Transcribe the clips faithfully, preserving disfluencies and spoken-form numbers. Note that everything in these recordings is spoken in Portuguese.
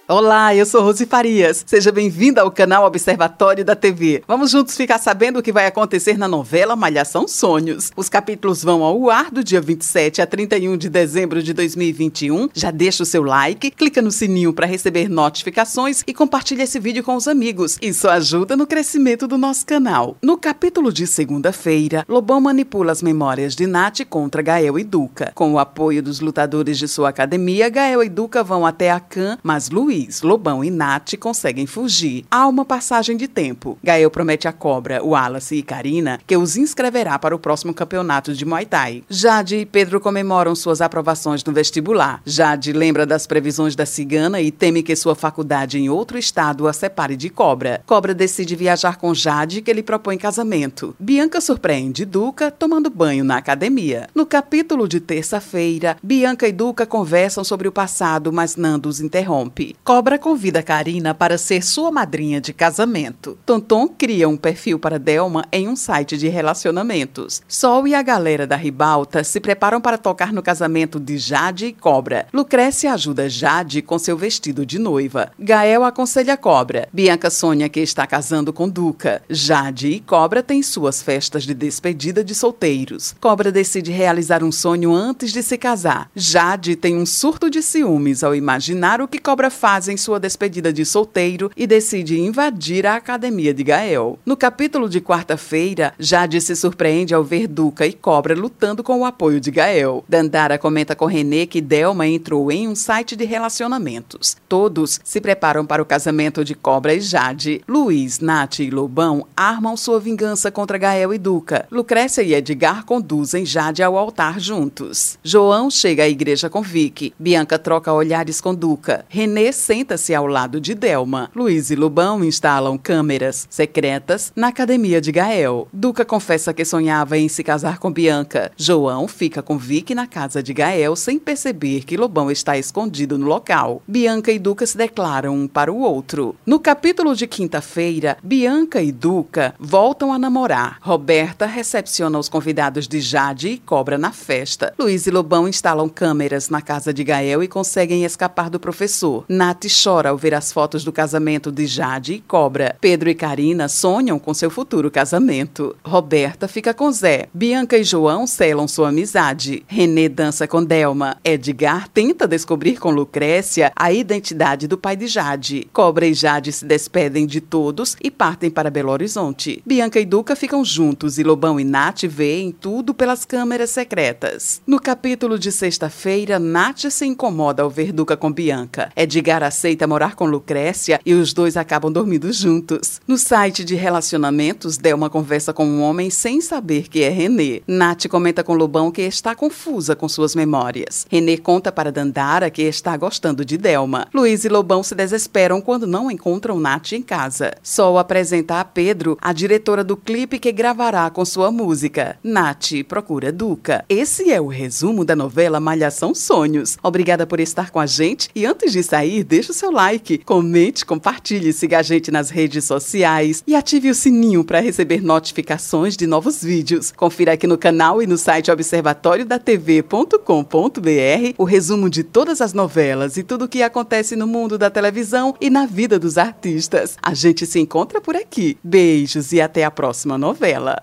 Olá, eu sou Rose Farias. Seja bem-vinda ao canal Observatório da T V. Vamos juntos ficar sabendo o que vai acontecer na novela Malhação Sonhos. Os capítulos vão ao ar do dia vinte e sete a trinta e um de dezembro de dois mil e vinte e um. Já deixa o seu like, clica no sininho para receber notificações e compartilha esse vídeo com os amigos. Isso ajuda no crescimento do nosso canal. No capítulo de segunda-feira, Lobão manipula as memórias de Nath contra Gael e Duca. Com o apoio dos lutadores de sua academia, Gael e Duca vão até a Khan, mas Luiz, Lobão e Nath conseguem fugir. Há uma passagem de tempo. Gael promete a Cobra, Wallace e Karina que os inscreverá para o próximo campeonato de Muay Thai. Jade e Pedro comemoram suas aprovações no vestibular. Jade lembra das previsões da cigana e teme que sua faculdade em outro estado a separe de Cobra. Cobra decide viajar com Jade, que lhe propõe casamento. Bianca surpreende Duca tomando banho na academia. No capítulo de terça-feira, Bianca e Duca conversam sobre o passado, mas Nando os interrompe. Cobra convida Karina para ser sua madrinha de casamento. Tonton cria um perfil para Delma em um site de relacionamentos. Sol e a galera da Ribalta se preparam para tocar no casamento de Jade e Cobra. Lucrécia ajuda Jade com seu vestido de noiva. Gael aconselha Cobra. Bianca sonha que está casando com Duca. Jade e Cobra têm suas festas de despedida de solteiros. Cobra decide realizar um sonho antes de se casar. Jade tem um surto de ciúmes ao imaginar o que Cobra faz em sua despedida de solteiro e decide invadir a academia de Gael. No capítulo de quarta-feira, Jade se surpreende ao ver Duca e Cobra lutando com o apoio de Gael. Dandara comenta com Renê que Delma entrou em um site de relacionamentos. Todos se preparam para o casamento de Cobra e Jade. Luiz, Nath e Lobão armam sua vingança contra Gael e Duca. Lucrécia e Edgar conduzem Jade ao altar juntos. João chega à igreja com Vicky. Bianca troca olhares com Duca. Renê senta-se ao lado de Delma. Luiz e Lobão instalam câmeras secretas na academia de Gael. Duca confessa que sonhava em se casar com Bianca. João fica com Vicky na casa de Gael sem perceber que Lobão está escondido no local. Bianca e Duca se declaram um para o outro. No capítulo de quinta-feira, Bianca e Duca voltam a namorar. Roberta recepciona os convidados de Jade e Cobra na festa. Luiz e Lobão instalam câmeras na casa de Gael e conseguem escapar do professor. Nath chora ao ver as fotos do casamento de Jade e Cobra. Pedro e Karina sonham com seu futuro casamento. Roberta fica com Zé. Bianca e João selam sua amizade. Renê dança com Delma. Edgar tenta descobrir com Lucrécia a identidade do pai de Jade. Cobra e Jade se despedem de todos e partem para Belo Horizonte. Bianca e Duca ficam juntos e Lobão e Nath veem tudo pelas câmeras secretas. No capítulo de sexta-feira, Nath se incomoda ao ver Duca com Bianca. Edgar aceita morar com Lucrécia e os dois acabam dormindo juntos. No site de relacionamentos, Delma conversa com um homem sem saber que é Renê. Nath comenta com Lobão que está confusa com suas memórias. Renê conta para Dandara que está gostando de Delma. Luiz e Lobão se desesperam quando não encontram Nath em casa. Sol apresenta a Pedro a diretora do clipe que gravará com sua música. Nath procura Duca. Esse é o resumo da novela Malhação Sonhos. Obrigada por estar com a gente e antes de sair, deixa o seu like, comente, compartilhe, siga a gente nas redes sociais e ative o sininho para receber notificações de novos vídeos. Confira aqui no canal e no site observatório da t v ponto com ponto b r o resumo de todas as novelas e tudo o que acontece no mundo da televisão e na vida dos artistas. A gente se encontra por aqui. Beijos e até a próxima novela.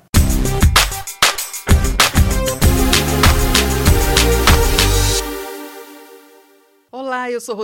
Olá, eu sou